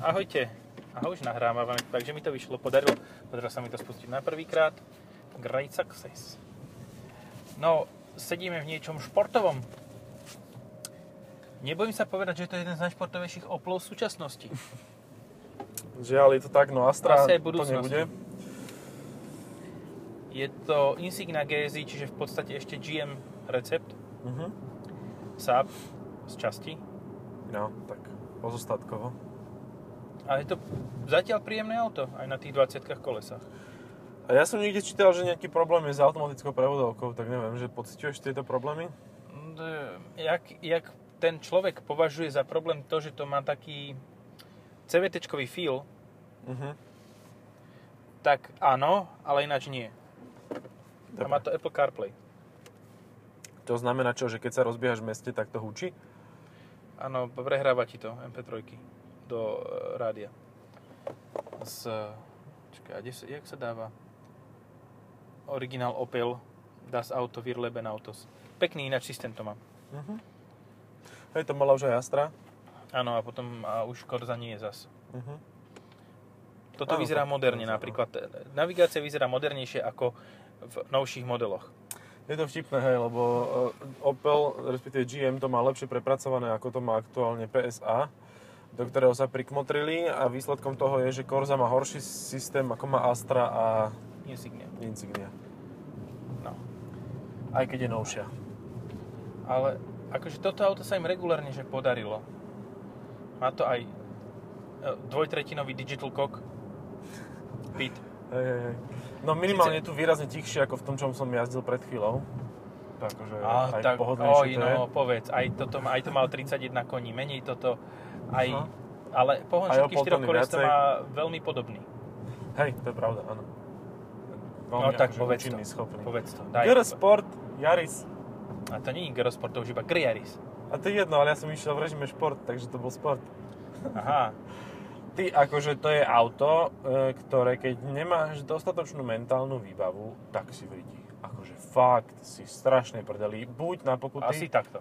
Ahojte. A už nahrávame, takže mi to vyšlo, podarilo sa mi to spustiť na prvýkrát. Great success. No, sedíme v niečom športovom. Nebojím sa povedať, že to je jeden z najšportovejších Opelov v súčasnosti. Žiaľ, je to tak, no Astra to nebude. Je to Insignia GSI, čiže v podstate ešte GM recept. Saab z časti. No, tak pozostatkovo. Ale je to zatiaľ príjemné auto, aj na tých 20 kolesách. A ja som niekde čítal, že nejaký problém je s automatickou prevodovkou, tak neviem, že pociťuješ tieto problémy? Jak ten človek považuje za problém to, že to má taký CVT-čkový feel, tak áno, ale ináč nie. A má to Apple CarPlay. To znamená čo, že keď sa rozbiehaš v meste, tak to hučí? Áno, prehráva ti to MP3 do rádia. Čakaj, jak sa dáva? Originál Opel Das Auto wir leben Autos. Pekný ináč systém to má. Hej, to mala už aj Astra. Áno, a potom už Corsa nie je zas. Toto Áno, vyzerá tak, moderne napríklad. Navigácia vyzerá modernejšie ako v novších modeloch. Je to vtipné, hej, lebo Opel, respektíve GM to má lepšie prepracované, ako to má aktuálne PSA, do ktorého sa prikmotrili a výsledkom toho je, že Corsa má horší systém, ako má Astra a Insignia. No. Aj keď je novšia. Ale akože toto auto sa im regulárne že podarilo. Má to aj dvojtretinový digital cock. Pit. Hej. No minimálne je tu výrazne tichšie ako v tom, čom som jazdil pred chvíľou. Takže aj tak, pohodlnejšie to je. No povedz, aj to mal 31 koní, menej toto, ale pohon všetkých 4 kolies to má veľmi podobný. Hej, to je pravda, áno. No tak povedz to. GR Sport, Yaris. A to nie je GR Sport, to už iba GR Yaris. A to je jedno, ale ja som išiel v režime šport, takže to bol sport. Aha. Ty, akože to je auto, ktoré keď nemáš dostatočnú mentálnu výbavu, tak si v riti. Akože fakt si strašne prdeli. Buď na pokuty. Asi takto.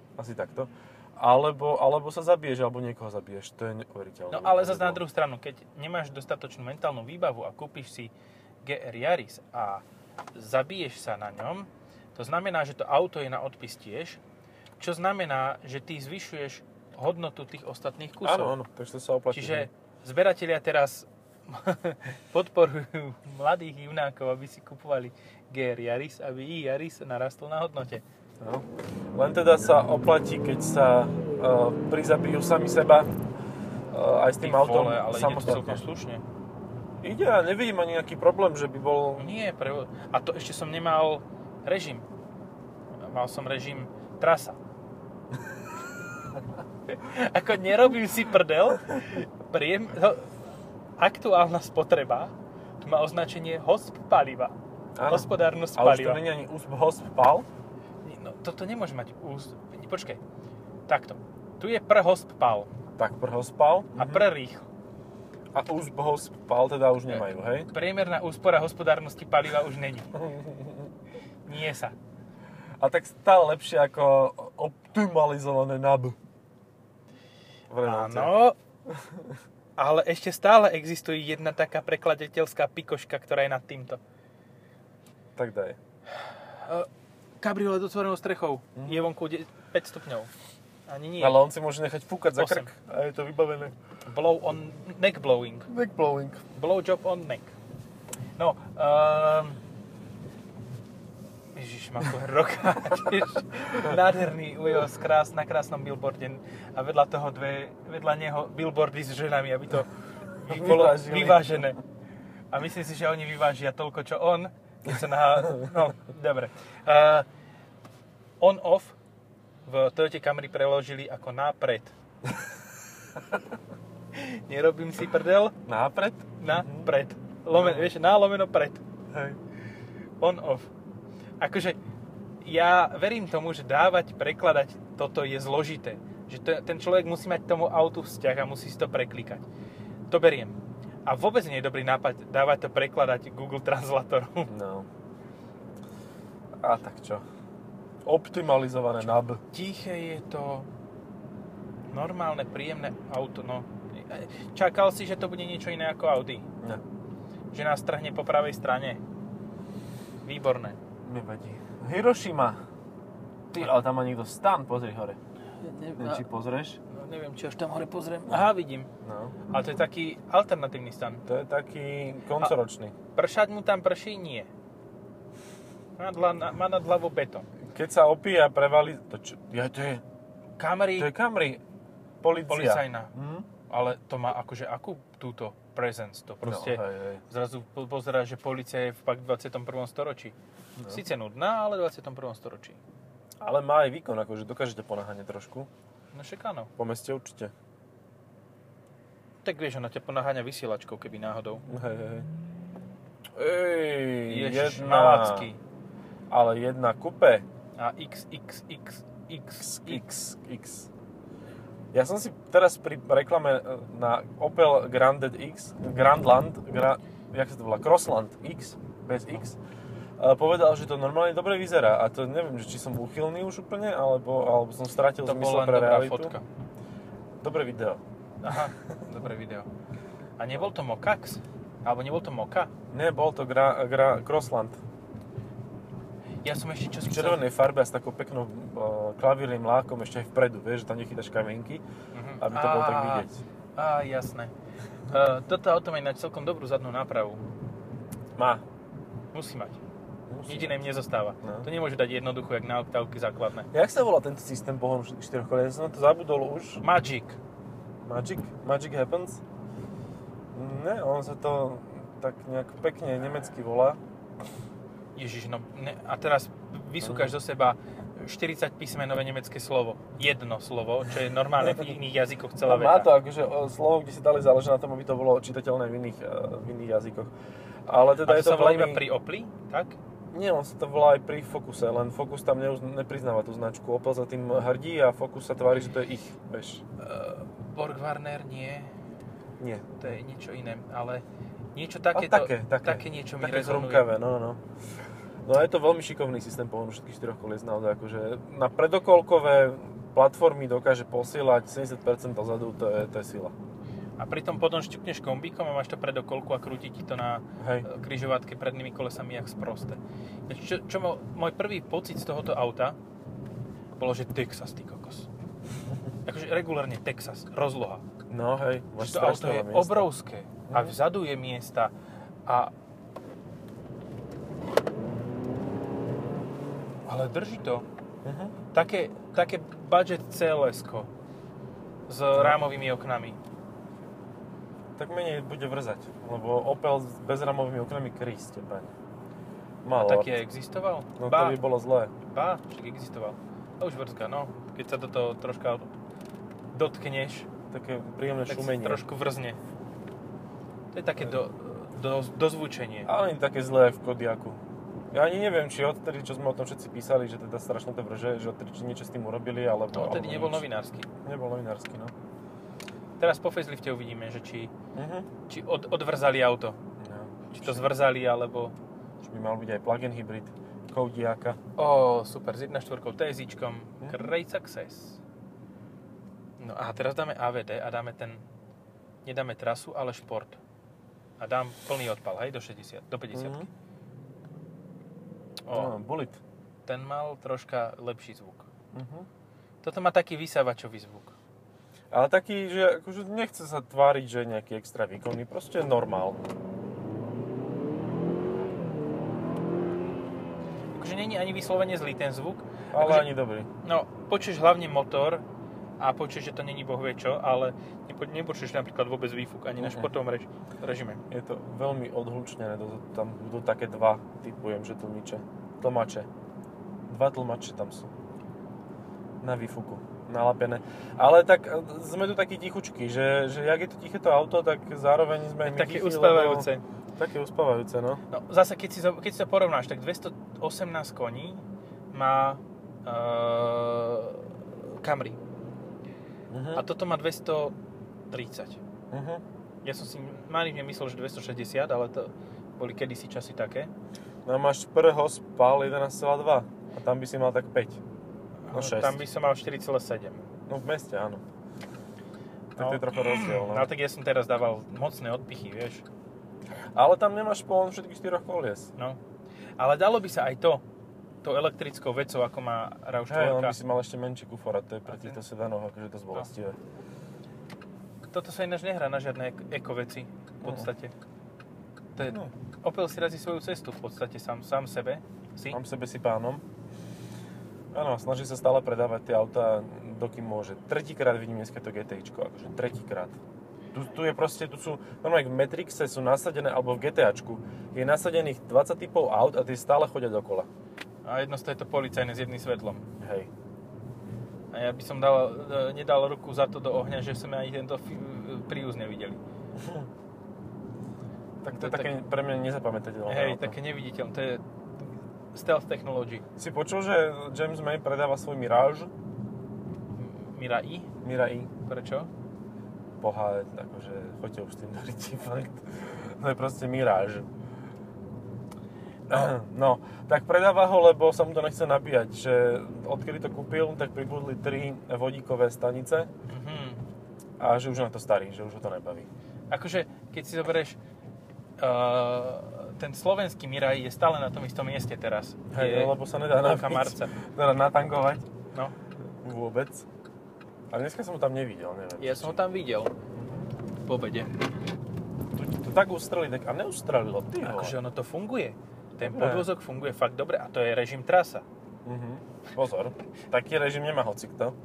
Alebo sa zabiješ, alebo niekoho zabiješ. To je neuveriteľné. No ale zase na druhú stranu, keď nemáš dostatočnú mentálnu výbavu a kúpiš si GR Yaris a zabiješ sa na ňom, to znamená, že to auto je na odpis tiež, čo znamená, že ty zvyšuješ hodnotu tých ostatných kusov. Áno, takže to sa oplatí. Čiže zberatelia teraz podporujú mladých junákov, aby si kupovali GR Yaris, aby ich Yaris narastol na hodnote. No. Len teda sa oplatí, keď sa prizabijú sami seba aj s tým autom ale ide to celkom slušne. Ide a nevidím ani nejaký problém, že by bol... Nie, a to ešte som nemal režim. Mal som režim trasa. Ako nerobím si prdel, aktuálna spotreba, tu má označenie HOSP paliva. Hospodárnosť paliva. Ale už to nie je ani HOSP pal? No, toto nemôže mať Počkaj, takto. Tu je HOSP pal. Tak HOSP pal. A rýchlo. A HOSP pal teda už nemajú, hej? Priemerná úspora hospodárnosti paliva už není. Nie sa. A tak stále lepšie ako optimalizované NAB. Áno, ale ešte stále existuje jedna taká prekladateľská pikoška, ktorá je nad týmto. Tak daj. Kabriolet otvorenou strechou. Je vonku 5 stupňov. Ani nie. Ale on si môže nechať fúkať za krk a je to vybavené. Blow on neck blowing. Neck blowing. Blow job on neck. No, Ježiš, mám tu roka. Nádherný Ujo na krásnom billboarde a vedľa neho billboardy s ženami, aby to bolo vyvážené. A myslím si, že oni vyvážia toľko, čo on. No, dobre. On-off v Toyota Camry preložili ako nápred. Nerobím si prdel. Nápred? Nápred. Vieš, lomeno pred. Hej. On-off. Akože ja verím tomu, že prekladať toto je zložité. Že ten človek musí mať k tomu autu vzťah a musí si to preklikať. To beriem. A vôbec nie je dobrý nápad dávať to prekladať Google Translatoru. No. A tak čo? Optimalizované NAB. Tiché je to. Normálne, príjemné auto. No, Čakal si, že to bude niečo iné ako Audi? Ne. Že nás trhne po pravej strane? Výborné. Nevadí. Hirošima. Ty, ale tam má niekto stan, pozri hore. Neviem, či pozrieš. No, neviem, či až tam hore pozriem. Aha, vidím. No. Ale to je taký alternatívny stan. To je taký koncoročný. Pršať mu tam prší? Nie. Má nad hlavou betón. Keď sa opije a prevalí... To je Camry. To je Camry. Polícia. Policajná. Ale to má akože akú túto presence? To proste hej. zrazu pozerá, že polícia je v 21. storočí. No. Sice nudná, ale v 21. storočí. Ale má aj výkon, akože dokážete ponáhanie trošku. No však áno. Po meste určite. Tak vieš, ona ťa ponáháňa vysielačkou, keby náhodou. Hej. Ej, Ježiš, jedna. malacký. Ale jedna kupe. A XXXX. Ja som si teraz pri reklame na Opel jak sa to volá, Crossland X, bez X, povedal, že to normálne dobre vyzerá. A to neviem, či som uchylný už úplne, alebo som stratil zmysel pre realitu. Fotka. Dobré video. Aha, dobré video. A nebol to Mokax? Alebo nebol to Moka? Nie, bol to Crossland. Ja som ešte čo V červenej farbe a s takou peknou klavírnym lákom ešte aj vpredu, vieš, že tam nechytáš kamienky, aby to bolo tak vidieť. Jasné. Toto auto má ináč celkom dobrú zadnú nápravu. Má. Musí mať. Nič iné im nezostáva. No. To nemôže dať jednoducho, jak na oktávky základné. Jak sa volá tento systém pohonu 4 kolien? Ja som to zabudol už. Magic. Magic Happens? Ne, on sa to tak nejak pekne nemecky volá. Ježiš, no a teraz vysúkaš zo seba 40 písmenové nemecké slovo. Jedno slovo, čo je normálne v iných jazykoch celá veta. Má to akože slovo, kde si dali záleží na tom, aby to bolo čitateľné v iných jazykoch. Ale teda a to je to sa volá veľmi... iba pri Opli, tak? Nie, on sa to volá aj pri Focuse, len Focus tam nepriznáva tú značku. Opel za tým hrdí a Focus sa tvári, že to je ich, vieš. Borgwarner nie. Nie. To je niečo iné, ale niečo takéto, také niečo mi rezonuje. Také no. No a je to veľmi šikovný systém pohonu všetkých 4 kolies, naozaj akože na predokolkové platformy dokáže posielať 70% dozadu, to je sila. A pritom potom šťukneš kombíkom a máš to predokolku a krúti ti to na križovatke prednými kolesami jak sprosté. Môj prvý pocit z tohoto auta bolo, že Texas, ty kokos. Akože regulárne Texas, rozloha. No hej, máš to auto je miesta. obrovské a vzadu je miesta a ale drží to. Také budget CLS-ko s rámovými oknami. Tak menej bude vrzať, lebo Opel s bezrámovými oknami Kriste, pane. A taký aj existoval? No to by bolo zlé. Však existoval. To už vrzka, no. Keď sa do toho troška dotkneš, také príjemné tak šumenie. si trošku vrzne. To je také dozvučenie. Ale nie také zlé v Kodiaku. Ja ani neviem, či odtedy, čo sme o tom všetci písali, že teda strašne to vrže, že odtedy, či niečo s tým urobili, alebo... No, odtedy nebol novinársky. Nebol novinársky, no. Teraz po facelifte uvidíme, že či odvrzali auto. No. Či to zvrzali, alebo... Či by mal byť aj plug-in hybrid Kodiaka. Super, s 1.4 TSIčkom. Great success. No a teraz dáme AVD a dáme nedáme trasu, ale šport. A dám plný odpal, hej, do 50. Bullet. Ten mal troška lepší zvuk. Toto má taký vysávačový zvuk. Ale taký, že akože nechce sa tváriť, že je nejaký extra výkonný, proste normál. Akože není ani vyslovene zlý ten zvuk. Ale akože, ani dobrý. No, počuješ hlavne motor a počuješ, že to není bohvie čo, ale nepočuješ napríklad vôbec výfuk ani na športovom režime. Je to veľmi odhlučnené, tam budú také dva, typujem, že tlmače. 2 tlmače tam sú. Na výfuku, nalapené. Ale tak sme tu takí tichučky, že jak je to tiché to auto, tak zároveň sme my také tichí, uspávajúce. Také uspávajúce, no. No zase, keď si to porovnáš, tak 218 koní má Camry. A toto má 230. Ja som si márne myslel, že 260, ale to boli kedysi časy také. No máš prvého spal 11,2 a tam by si mal tak 5. No 6. Tam by som mal 4,7. No v meste, áno. Tak to je trocha rozdiel. No. Ale tak ja som teraz dával mocné odpichy, vieš. Ale tam nemáš pohon všetkých 4 kolies. No. Ale dalo by sa aj to elektrickou vecou, ako má RAV4. Hej, on by si mal ešte menší kufor a to je pre týchto sedanoch akože dosť bolestivé. Toto sa ináč nehrá na žiadne eko veci, v podstate. To je, Opel si razí svoju cestu v podstate sám sebe. Sám sebe si pánom. Áno, snaží sa stále predávať tie autá, dokým môže. Tretíkrát vidím dneska to GTIčko, akože tretíkrát. Tu je proste, tu sú, normálne v Matrixe sú nasadené, alebo v GTAčku, je nasadených 20 typov aut a tie stále chodia dokola. A jedno je to policajné s jedným svetlom. Hej. A ja by som nedal ruku za to do ohňa, že sme ani tento Prius nevideli. Tak to je také pre mňa nezapamätateľné. Hej, také neviditeľné. To je stealth technology. Si počul, že James May predáva svoj Mirage? Mirai? Mirai. Prečo? Boha, akože choďte už s tým do ryti, fakt. To je proste Mirage. No, tak predáva ho, lebo sa mu to nechce nabíjať, že odkedy to kúpil, tak pribudli 3 vodíkové stanice a že už na to starý, že už ho to nebaví. Akože, keď si zoberieš, ten slovenský Mirai je stále na tom istom mieste teraz. Hej, lebo sa nedá natankovať. No. Vôbec. A dneska som ho tam nevidel, neviem. Ja som ho tam videl. Po obede. To tak ustrelili, tak a neustrelilo, ty ho. Akože ono to funguje. Ten podvozok funguje fakt dobre a to je režim trasa. Pozor, taký režim nemá hocikto.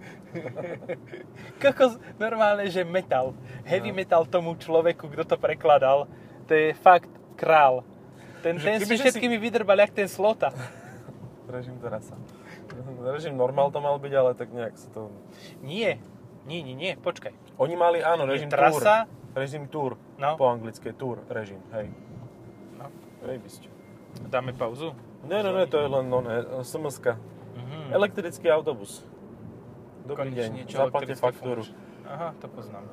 Kokos, normálne, že metal. Heavy metal tomu človeku, kto to prekladal, to je fakt král. Ten si všetkými vydrbal, jak ten Slota. Režim trasa. Režim normál to mal byť, ale tak nejak sa to... Nie, počkaj. Oni mali, áno, režim trasa, tour. Režim tour, no. Po anglické tour režim, hej. No. Rejbisť. Dáme pauzu? Ne, to je len SMS-ka. Elektrický autobus. Dobrý deň, zaplaťte faktúru. Aha, to poznám.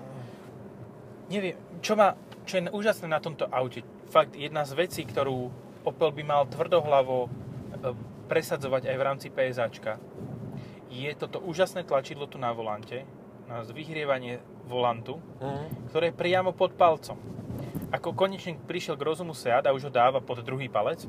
Neviem, čo je úžasné na tomto aute, fakt jedna z vecí, ktorú Opel by mal tvrdohlavo presadzovať aj v rámci PSAčka, je toto úžasné tlačidlo tu na volante, na vyhrievanie volantu, ktoré je priamo pod palcom. Ako konečne prišiel k rozumu Seat a už ho dáva pod druhý palec,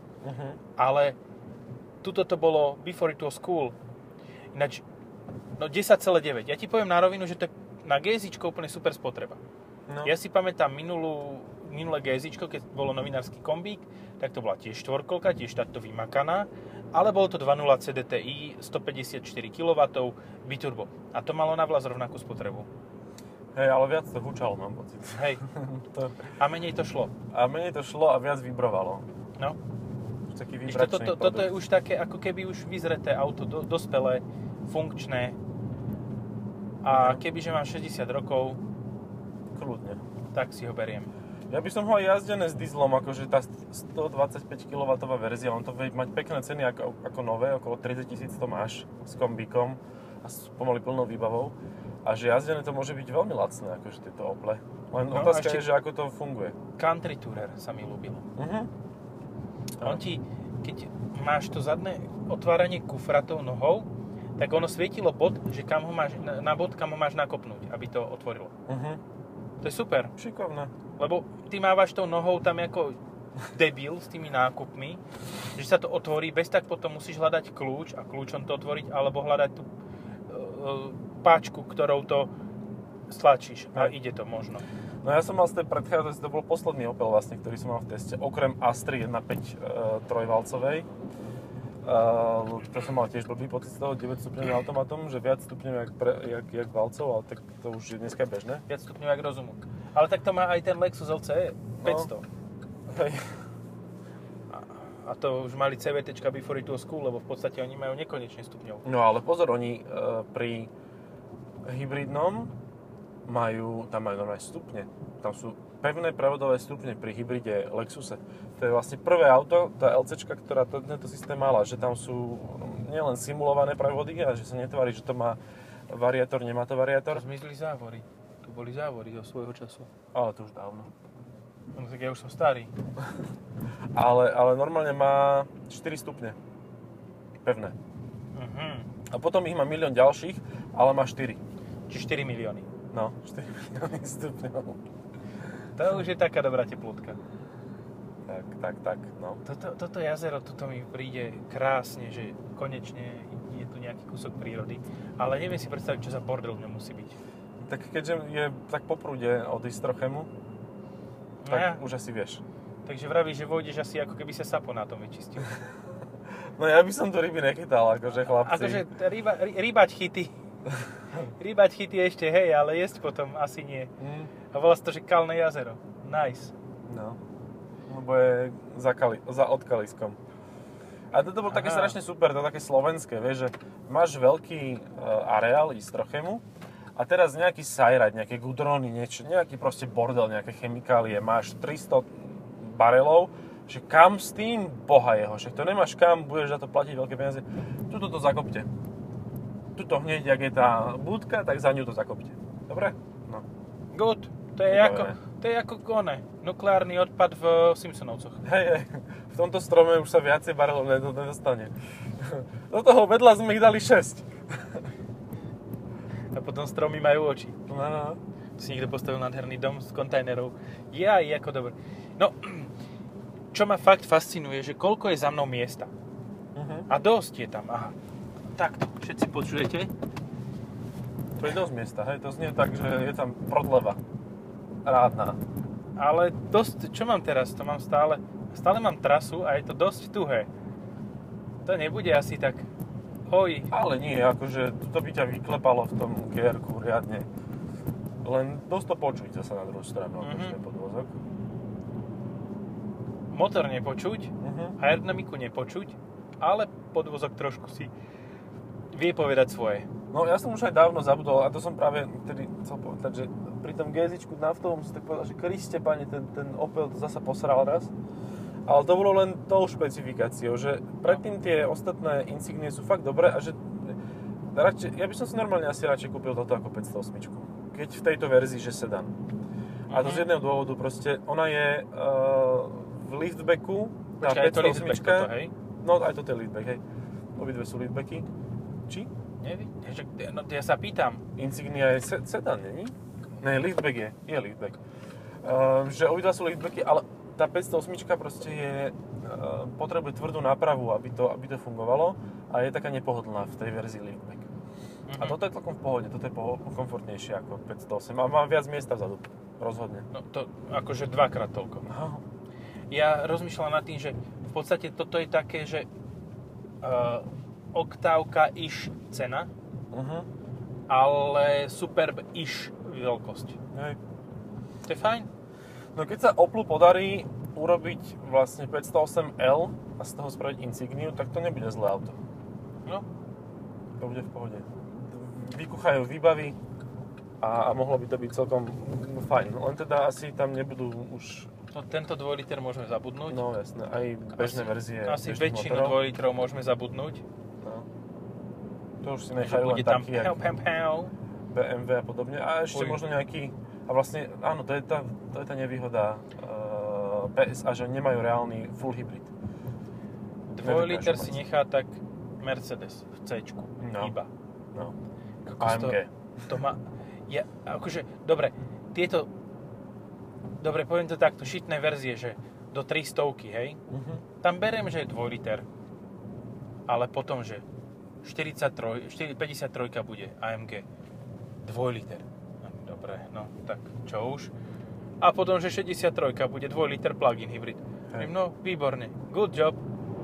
ale tuto to bolo before it was cool. Ináč, 10,9. Ja ti poviem na rovinu, že to je na GSIčko úplne super spotreba. No. Ja si pamätám minulé GSIčko, keď bolo novinársky kombík, tak to bola tiež štvorkolka, tiež táto vymakaná, ale bolo to 2.0 CDTI, 154 kW, biturbo. A to malo na vlas rovnakú spotrebu. Hej, ale viac to hučalo, mám pocit. Hej. A menej to šlo. A viac vibrovalo. No. Taký vibračný toto je už také, ako keby už vyzreté auto, dospelé, funkčné. A kebyže mám 60 rokov, kľudne, tak si ho beriem. Ja by som ho aj jazdené s dieslom, akože tá 125 kW verzia, on to vie mať pekné ceny ako nové, okolo 30 000 to máš s kombíkom a s pomaly plnou výbavou. A že jazdené to môže byť veľmi lacné, akože tieto Ople. Len otázka je, že ako to funguje. Country Tourer sa mi ľúbilo. On ti, keď máš to zadné otváranie kufra tou nohou, tak ono svietilo bod, že kam ho máš, na bod, kam ho máš nakopnúť, aby to otvorilo. To je super. Šikovné. Lebo ty mávaš tou nohou tam ako debil s tými nákupmi, že sa to otvorí, bez tak potom musíš hľadať kľúč a kľúčom to otvoriť, alebo hľadať tú páčku, ktorou to stlačíš a ide to možno. No ja som mal z tej predchádzajúcej, to bol posledný Opel vlastne, ktorý som mal v teste, okrem Astry 1.5 trojvalcovej. To som mal tiež blbý pocit z toho 9 stupňovým automatom, že viac stupňov jak valcov, ale tak to už je dneska bežné. Viac stupňov jak rozumu. Ale tak to má aj ten Lexus LCE 500. Hej. A to už mali CVTčka before it was cool, lebo v podstate oni majú nekonečne stupňov. No ale pozor, oni pri hybridnom tam majú normálne stupne. Tam sú pevné prevodové stupne pri hybride Lexuse. To je vlastne prvé auto, tá LCčka, ktorá tento systém mala, že tam sú nielen simulované prevody, a že sa netvári, že to má variátor, nemá to variátor. To zmizli závory. Tu boli závory do svojho času. Ale to už dávno. No tak ja už som starý. ale normálne má 4 stupne. Pevné. A potom ich má milión ďalších, ale má 4. Či 4 milióny. No, 4 milióny stupňov. To už je taká dobrá teplútka. Tak, no. Toto jazero, toto mi príde krásne, že konečne je tu nejaký kúsok prírody, ale neviem si predstaviť, čo za bordel v ňom musí byť. Tak keďže je tak po prúde od Istrochému, tak už asi vieš. Takže vravíš, že vojdeš asi ako keby sa sapo na tom vyčistil. No ja by som tu ryby nechytal, akože chlapci. Akože rybať chyty. Rybať chyty ešte, hej, ale jesť potom asi nie. A volá sa to, že Kalné jazero. Nice. No. Lebo je za odkaliskom. A toto bolo také strašne super, to také slovenské, vieš, že máš veľký areál Istrochému a teraz nejaký sajrať, nejaké gudrony, nejaký proste bordel, nejaké chemikálie, máš 300 barelov, že kam s tým, boha jeho, však to nemáš kam, budeš za to platiť veľké peniaze, tuto to zakopte. Tuto hneď, jak je tá budka, tak za ňu to zakopte. Dobre? No. Good. To je ako nukleárny odpad v Simpsonovcoch. Hej, v tomto strome už sa viacej barelov nedostane. Do toho vedľa sme ich dali 6. A potom stromy majú oči. No. Si niekto postavil nádherný dom z kontajnerov. Je ako dobre. No, čo ma fakt fascinuje, že koľko je za mnou miesta. A dosť je tam. Aha. Takto, všetci počujete? To je dosť miesta, hej? To znie tak, že je tam prodleva. Rádna. Ale dosť, čo mám teraz? To mám stále mám trasu a je to dosť tuhé. To nebude asi tak hoj. Ale nie, akože to by ťa vyklepalo v tom GR-ku riadne. Len dosť to počuť zase na druhú stranu, akože je podvozok. Motor nepočuť, aerodynamiku nepočuť, ale podvozok trošku si vie povedať svoje. No ja som už aj dávno zabudol, a to som práve vtedy chcel povedať, že pri tom GZ-čku naftovom som tak povedal, že Kriste pane, ten Opel to zasa posral raz. Ale to bolo len tou špecifikáciou, že predtým tie ostatné Insignie sú fakt dobré a že ja by som si normálne asi radšej kúpil toto ako 508, keď v tejto verzii, že sedan. A to z jedného dôvodu, proste ona je v liftbacku, tá 508, hej? No aj toto je liftback, hej. Obidve sú liftbacky. Či? Neviem, no ja sa pýtam. Insignia je sedan, není? Ne, liftback je liftback. Že obidva sú liftbacky, ale tá 508 proste potrebuje tvrdú nápravu, aby to fungovalo a je taká nepohodlná v tej verzii liftback. A toto je celkom v pohode, toto je komfortnejšie ako 508 a má viac miesta vzadu, rozhodne. No to akože dvakrát toľko. No. Ja rozmýšľam nad tým, že v podstate toto je také, že oktávka-ish cena, ale Superb-ish veľkosť. Hej. To je fajn. No keď sa Oplu podarí urobiť vlastne 508L a z toho spraviť Insigniu, tak to nebude zlé auto. No. To bude v pohode. Vykuchajú výbavy a mohlo by to byť celkom fajn. Len teda asi tam nebudú už... No tento 2 liter môžeme zabudnúť. No jasné, aj bežné verzie. Asi väčšinu 2 litrov môžeme zabudnúť. No. To už si nechajú len taký, jak pow. BMW a podobne. A ešte možno nejaký... A vlastne, áno, to je tá nevýhoda PSA, že nemajú reálny full hybrid. 2 liter si nechá tak Mercedes v C-čku. No. Iba. No. AMG. To má... akože, dobre, Dobre, poviem to takto, šitné verzie, že do 300, hej? Tam beriem, že je 2 liter. Ale potom, že 53 bude AMG. 2 liter. Dobre, no, tak čo už. A potom, že 63 bude 2 liter plug-in hybrid. Hej. No, výborne. Good job.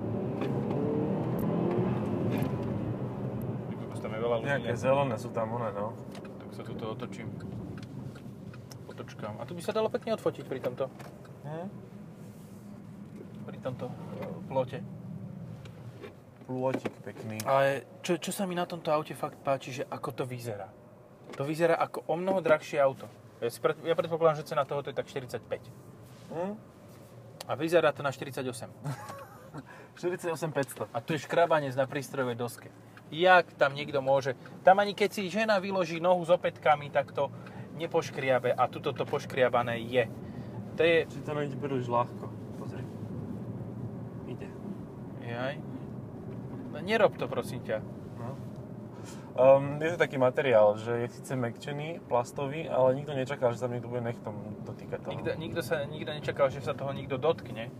Tam je veľa ľudí. Nejaké zelené sú tam, no. Tak sa tuto otočím. A tu by sa dalo pekne odfotiť pri tomto. Pri tomto plote. Plôtik pekný. Ale čo sa mi na tomto aute fakt páči, že ako to vyzerá. To vyzerá ako o mnoho drahšie auto. Ja predpokladám, že cena tohoto je tak 45. A vyzerá to na 48. 48 500. A tu je škrabanec na prístrojovej doske. Jak tam niekto môže... Tam ani keď si žena vyloží nohu s opätkami, tak to nepoškriabe a tuto to poškriabané je. To je... Či to nejde príliš ľahko. Pozri. Ide. Jaj. No, nerob to, prosím ťa. No. Je to taký materiál, že je síce mäkčený, plastový, ale nikto nečakal, že sa niekto bude nechtom dotýkať toho. Nikto nečakal, že sa toho nikto dotkne.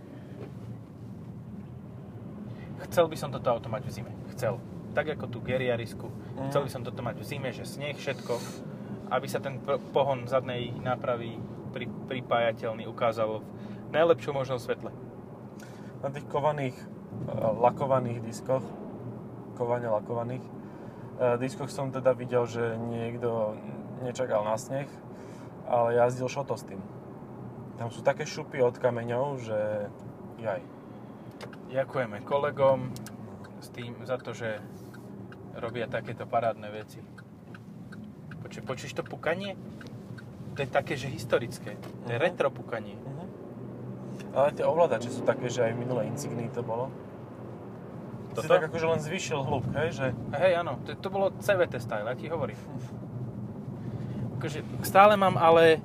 Chcel by som toto auto mať v zime. Chcel. Tak ako tú Geriarisku. Chcel by som toto mať v zime, že sneh, všetko. Aby sa ten pohon zadnej nápravy pripájateľný ukázal v najlepšom možnom svetle. Na tých lakovaných diskoch, kovane lakovaných diskoch som teda videl, že niekto nečakal na sneh, ale jazdil šoto s tým. Tam sú také šupy od kameňov, že jaj. Ďakujeme kolegom za to, že robia takéto parádne veci. Počuješ to pukanie? To je také, že historické. To je retro pukanie. Ale tie ovládače sú také, že aj v minulej Insignii to bolo. To si tak akože len zvýšil hluk, hej? Že... Hej, áno. To bolo CVT style, ja ti hovorím. Akože stále mám ale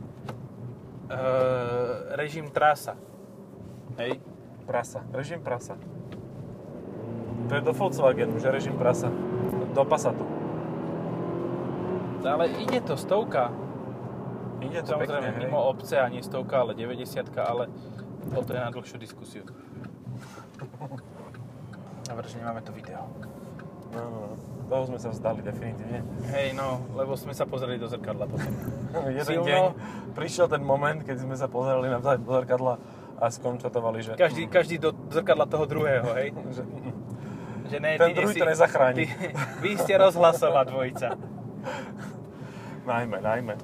režim trasa. Hej? Režim prasa. To je do Volkswagenu, že režim prasa. Do Passatu. Ale ide to 100. Ide to samozrejme pekne, mimo obce a nie 100, ale 90, ale toto je na dlhšiu diskusiu. Dobre, že nemáme to video. No. Toho sme sa vzdali definitívne. Hej, no, lebo sme sa pozreli do zrkadla potom. Jeden deň prišiel ten moment, keď sme sa pozreli navzájom do zrkadla a skonštatovali, že... Každý do zrkadla toho druhého, hej? Že ne, ten druhý to nezachráni. Vy ste rozhlasová dvojica. Najmä.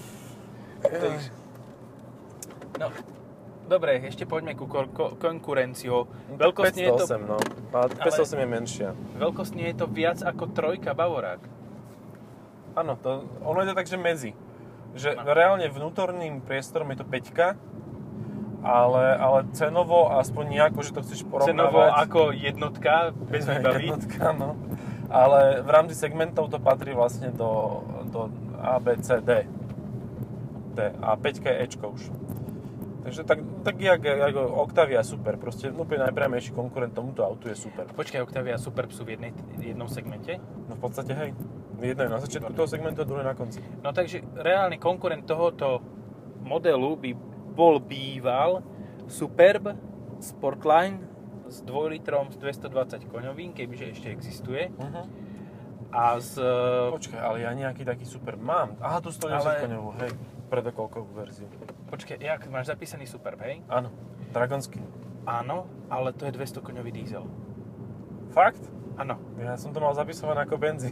No, dobre, ešte poďme ku konkurenciu. 508, no. A 508 je menšia. Veľkostne je to viac ako trojka Bavorák. Áno, ono je to tak, že medzi. Že reálne vnútorným priestorom je to 5, ale cenovo aspoň nejako, že to chceš porovnávať. Cenovo ako jednotka, bez výbavy. Jednotka, no. Ale v rámci segmentov to patrí vlastne do A, B, C, D. A 5 je Ečko už. Takže tak jak Octavia Super, proste úplne najpriamejší konkurent tomuto autu je Super. Počkaj, Octavia Super sú v jednom segmente? No v podstate hej. Jedno je na začiatku toho segmentu a druhé na konci. No takže reálny konkurent tohoto modelu by býval Superb Sportline s 2 litrom s 220 koňovým, kebyže ešte existuje. A Počkaj, ale ja nejaký taký Super mám. Aha, tu 110 koňovú, hej. Predokolkovú verziu. Počkaj, jak máš zapísaný Superb, hej? Áno, Dragonský. Áno, ale to je 200 koňový diesel. Fakt? Áno. Ja som to mal zapisované ako benzín.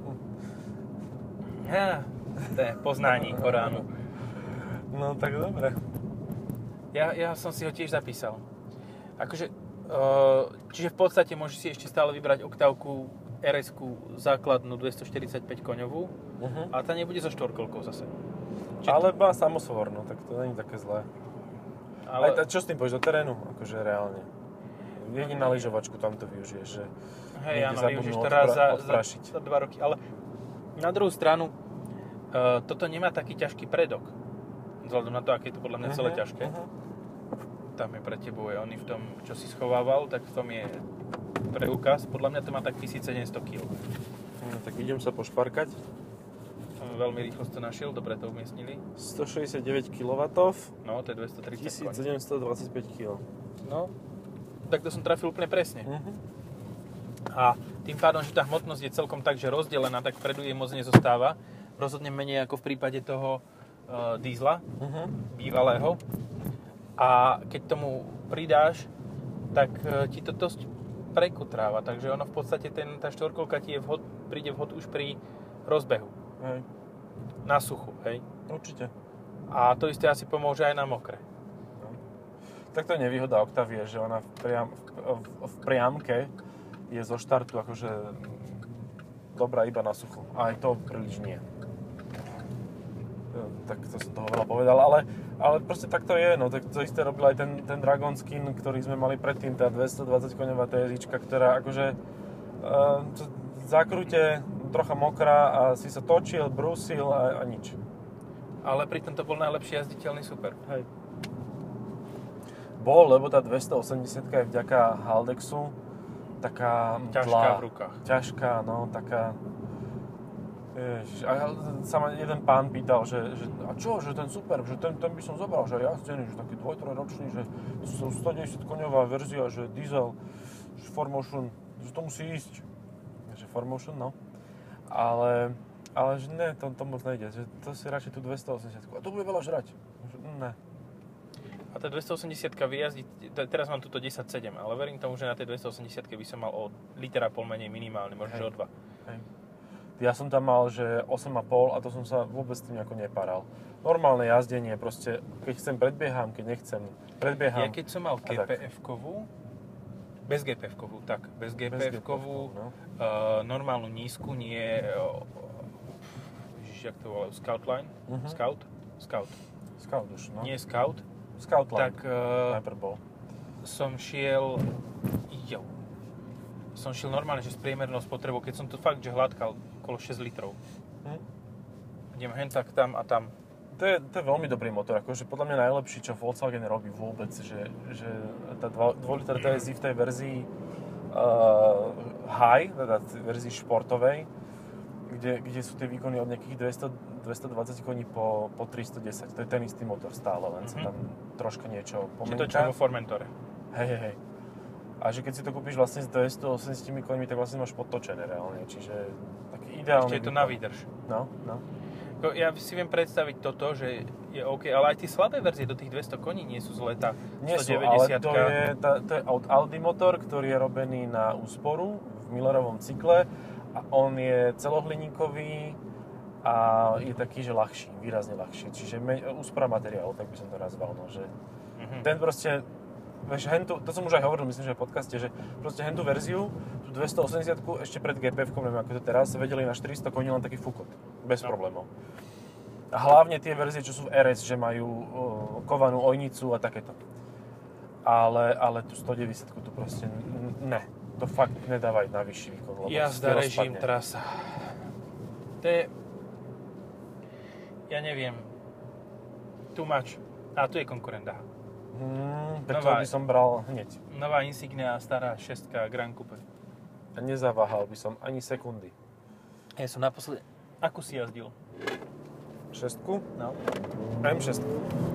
To je poznání Koránu. No tak dobre. Ja som si ho tiež zapísal. Akože, čiže v podstate môžeš si ešte stále vybrať Octavku RS-ku základnú 245 koňovú, ale tá nebude so štvorkolkou zase. Ale má samosvor, no tak to není také zlé. Ale čo s tým pôjdeš do terénu? Akože reálne. Jedine na lyžovačku tam to využiješ, že hej, áno, využiješ to raz za 2 roky. Ale na druhú stranu, toto nemá taký ťažký predok. Vzhľadom na to, aké je to podľa mňa celé ťažké. Tam je pre tebou je oný v tom, čo si schovával, tak v tom je preukaz. Podľa mňa to má tak 1700 kg. No, tak idem sa pošparkať. Veľmi rýchlo to našiel, dobre to umiestnili. 169 kW. No, to je 230 1725 kg. No, tak to som trafil úplne presne. A tým pádom, že tá hmotnosť je celkom tak, že rozdelená, tak vpredu jej moc nezostáva. Rozhodne menej ako v prípade toho dízla, bývalého. A keď tomu pridáš, tak ti to dosť prekutráva. Takže ono v podstate tá štvorkolka ti príde vhod už pri rozbehu. Hej. Na suchu, hej? Určite. A to isté asi pomôže aj na mokre. No. Tak to je nevýhoda Octavie, že ona v priamke je zo štartu akože dobrá iba na suchu. A aj to príliš nie. Tak to som toho veľa povedal, ale proste tak to je, no tak to isté robil aj ten Dragon Skin, ktorý sme mali predtým, tá 220 koňová TSIčka, ktorá akože v zákrute trocha mokrá a si sa točil, brúsil a nič. Ale pritom to bol najlepší jazditeľný Super. Hej. Bol, lebo tá 280 je vďaka Haldexu taká ťažká v rukách. Ťažká, no, taká Ježiš, a sa ma jeden pán pýtal, že a čo, že ten super, že ten by som zobral, že jazdený, že taký 2-3-ročný, že sú 110 koňová verzia, že diesel, že 4Motion, že to musí ísť. Že 4Motion, no. Ale že ne, to moc nejde, že to si radšej tú 280. A to bude veľa žrať. Že, ne. A tá 280 vyjazdiť, teraz mám tuto 10,7, ale verím tomu, že na tej 280 by som mal o litera pol menej minimálne, možno že o 2. Hej. Ja som tam mal, že 8,5 a to som sa vôbec tým nejako neparal. Normálne jazdenie, proste, keď chcem predbieham, keď nechcem predbieham. Ja keď som mal GPF-kovú, bez GPF-kovú, no. Normálnu nízku, nie, jak to volá, Scoutline? Scout už, no. Nie Scout. Scoutline, tak najprv bol. som šiel normálne, že s priemernou spotrebou, keď som to fakt, že hladkal okolo 6 litrov. Idem hen tak tam a tam. To je veľmi dobrý motor, akože podľa mňa najlepší, čo Volkswagen robí vôbec, že tá 2 liter TSI v tej verzii high, teda verzii športovej, kde sú tie výkony od nejakých 220 koní po 310. To je ten istý motor stále, len sa tam troška niečo pomenká. Čiže to čo je vo Formentore. Hej. A že keď si to kúpiš vlastne s 280 koňmi, tak vlastne máš podtočené reálne, čiže taký ideálny. Ešte je to na výdrž. No. Ja si viem predstaviť toto, že je OK, ale aj tie slabé verzie do tých 200 koní nie sú zlé, tá 190. Nie sú, ale to je od Audi motor, ktorý je robený na úsporu v Millerovom cykle a on je celohliníkový a je taký, že ľahší, výrazne ľahší. Čiže úspora materiálu, tak by som to nazval, no, že ten proste, vieš, to som už aj hovoril, myslím, že v podcaste, že proste hentú verziu, tú 280-ku ešte pred GPF-kom, neviem ako to teraz, vedeli na 400 koní len taký fukot, bez problémov. A hlavne tie verzie, čo sú v RS, že majú kovanú ojnicu a takéto. Ale tú 190-ku tu proste ne. To fakt nedávaj na vyšší výkon, lebo jazda, režim, trasa. To je... Ja neviem. Too much. A tu je konkurent. Preto by som bral hneď. Nová Insignia, stará 6 Grand Coupe. A nezaváhal by som ani sekundy. Ja som naposledy... Akú si jazdil? 6-ku? No. M6.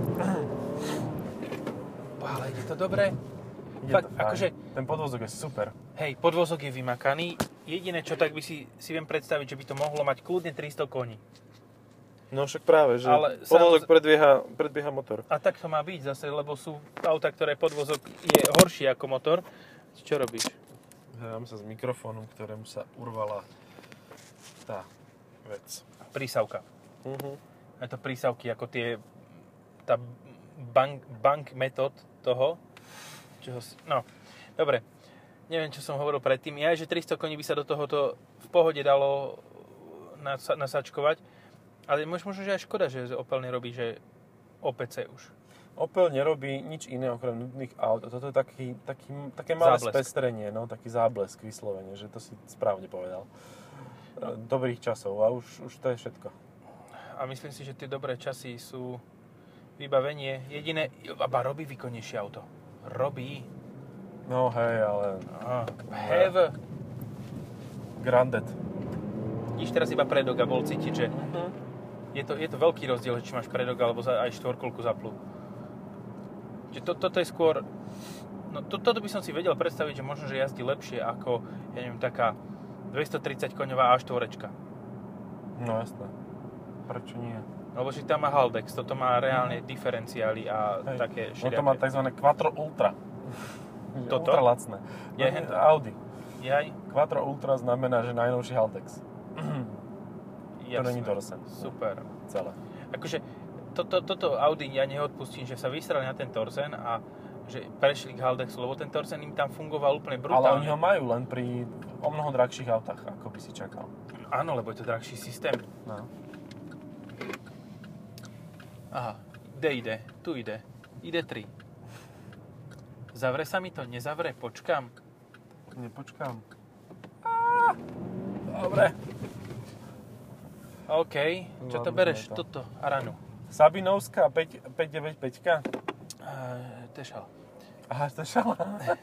Ale ide to dobre. Fakt, akože... Ten podvozok je super. Hej, podvozok je vymakaný. Jediné, čo tak by si viem predstaviť, že by to mohlo mať kľudne 300 koní. No však práve, že ale podvozok predbieha motor. A tak to má byť zase, lebo sú auta, ktoré podvozok je horší ako motor. Čo robíš? Hrám sa s mikrofónom, ktorému sa urvala tá vec. Prísavka. Je to prísavky ako tá bank metód toho. No, dobre. Neviem, čo som hovoril predtým. Ja, že 300 koní by sa do tohoto v pohode dalo nasačkovať. Ale možno, že aj škoda, že Opel nerobí, že OPC už. Opel nerobí nič iné okrem nudných aut. Toto je také malé spestrenie, no, taký záblesk vyslovene, že to si správne povedal. Dobrých časov a už to je všetko. A myslím si, že tie dobré časy sú vybavenie. Jediné, robí výkonnejšie auto. Robí. No hej, ale... Have. Grandet. Vidíš teraz iba predok a bol cítiť, že je to veľký rozdiel, či máš predok alebo aj štvorkolku zaplu. Že toto je skôr... No toto by som si vedel predstaviť, že možno, že jazdí lepšie ako, ja neviem, taká 230 koňová A4. No jasné. Prečo nie? Lebo že tam má Haldex, toto má reálne diferenciály a také širiaké. No to má tzv. Quattro Ultra. Toto? Ultra lacné. Audi. Jaj? Quattro Ultra znamená, že najnovší Haldex. To není Dorsen. Super. Celé. Akože toto Audi ja neodpustím, že sa vysrali na ten Torsen a že prešli k Haldexu, lebo ten Torsen im tam fungoval úplne brutálne. Ale oni ho majú len pri o mnoho drahších autách, ako by si čakal. Áno, lebo je to drahší systém. No. Aha, kde ide? Tu ide. Ide 3. Zavre sa mi to? Nezavre? Počkám? Nepočkám. Dobre. OK. Čo to bereš? Toto. Aranu. Sabinovská 595-ka? Tešal. Aha, Tešal.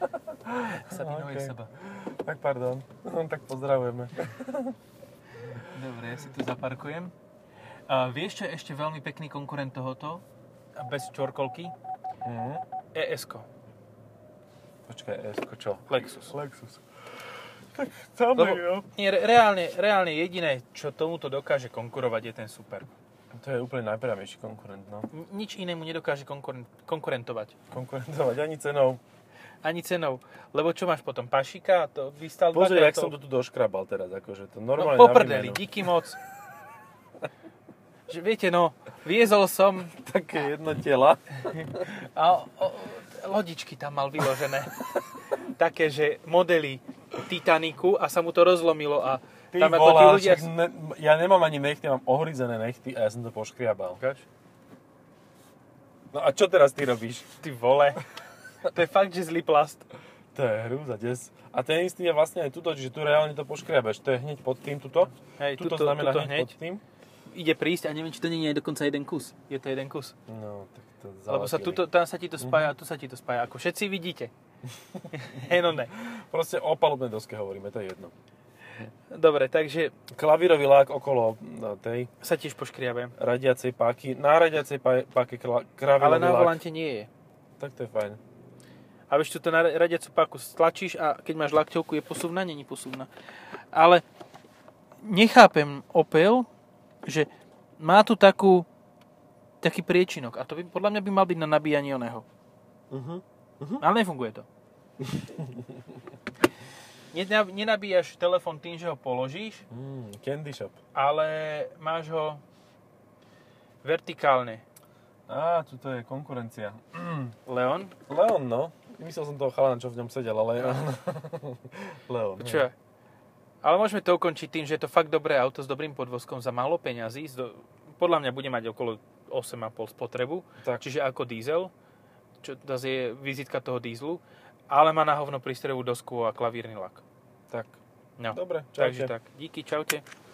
Sabinov je seba. Tak pardon. Tak pozdravujeme. Dobre, ja si tu zaparkujem. Vieš, čo je ešte veľmi pekný konkurent tohoto? Bez čorkolky? ES-ko. Počkaj, ES-ko čo? Lexus. Tak tam Lebo reálne jediné, čo tomuto dokáže konkurovať, je ten Superb. To je úplne najpriamejší konkurent, no. Nič inému nedokáže konkurentovať. Konkurentovať ani cenou. Ani cenou. Lebo čo máš potom? Pašika? To vystal Pozri, dvakrát jak som to tu doškrabal teraz, akože to normálne No poprdeli, na výmenu. díky moc. Že viete, no, viezol som Také jedno tela. a lodičky tam mal vyložené. Také, že modely Titaniku a sa mu to rozlomilo a Ty tam ako tí volá, ľudia... ja nemám ani nechty, mám ohryzené nechty a ja som to poškriabal. No a čo teraz ty robíš? Ty vole. To je fakt, že zlý plast. To je hrúza, des. A ten istý je vlastne aj tuto, čiže tu reálne to poškriabeš. To je hneď pod tým, tuto. Hej, Tuto znamená tuto hneď pod tým. Ide prísť a neviem, či to nie je dokonca jeden kus. Je to jeden kus. No, tak to Lebo sa tam sa ti to spája, tu sa ti to spája. Ako všetci vidíte. No ne. Proste o palubnej doske hovoríme, to je jedno. Dobre, takže Klavírový lák okolo tej sa tiež poškriabem. radiacej páky. Na radiacej páke klavírový Ale na lák. volante nie je. Tak to je fajn. A vieš, tu na radiacu páku stlačíš a keď máš lakťovku, je posuvná, není posuvná. Ale nechápem Opel, že má tu taký priečinok a to by, podľa mňa by mal byť na nabíjanie oného. Ale nefunguje to. Nenabíjaš telefón tým, že ho položíš, Candy shop. ale máš ho vertikálne. Tuto je konkurencia. Leon? Leon, no. Myslel som toho chalana, čo v ňom sedel, ale Leon. Čo? Ale môžeme to ukončiť tým, že je to fakt dobré auto s dobrým podvozkom za málo peňazí. Podľa mňa bude mať okolo 8,5 spotrebu, Tak. čiže ako diesel, čo zase je vizitka toho dieselu, ale má na hovno prístrojovú dosku a klavírny lak. Tak. No. Dobre, Takže čaute. tak. Díky, čaute.